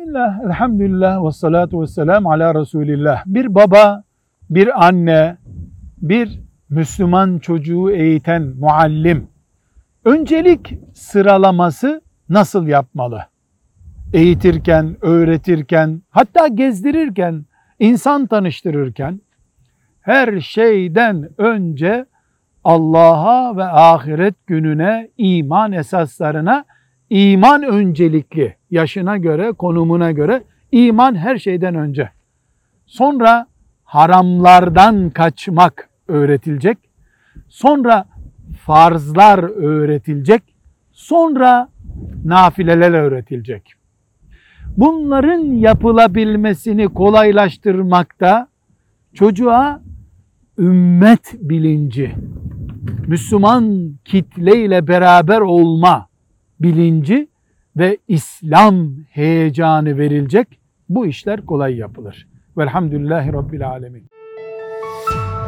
Bismillah, elhamdülillah ve salatu ve selamu ala Resulillah. Bir baba, bir anne, bir Müslüman çocuğu eğiten muallim, öncelik sıralaması nasıl yapmalı? Eğitirken, öğretirken, hatta gezdirirken, insan tanıştırırken, her şeyden önce Allah'a ve ahiret gününe, iman esaslarına, iman öncelikli, yaşına göre, konumuna göre iman her şeyden önce. Sonra haramlardan kaçmak öğretilecek. Sonra farzlar öğretilecek. Sonra nafileler öğretilecek. Bunların yapılabilmesini kolaylaştırmakta çocuğa ümmet bilinci, Müslüman kitleyle beraber olma bilinci ve İslam heyecanı verilecek. Bu işler kolay yapılır. Velhamdülillahi Rabbil Alemin.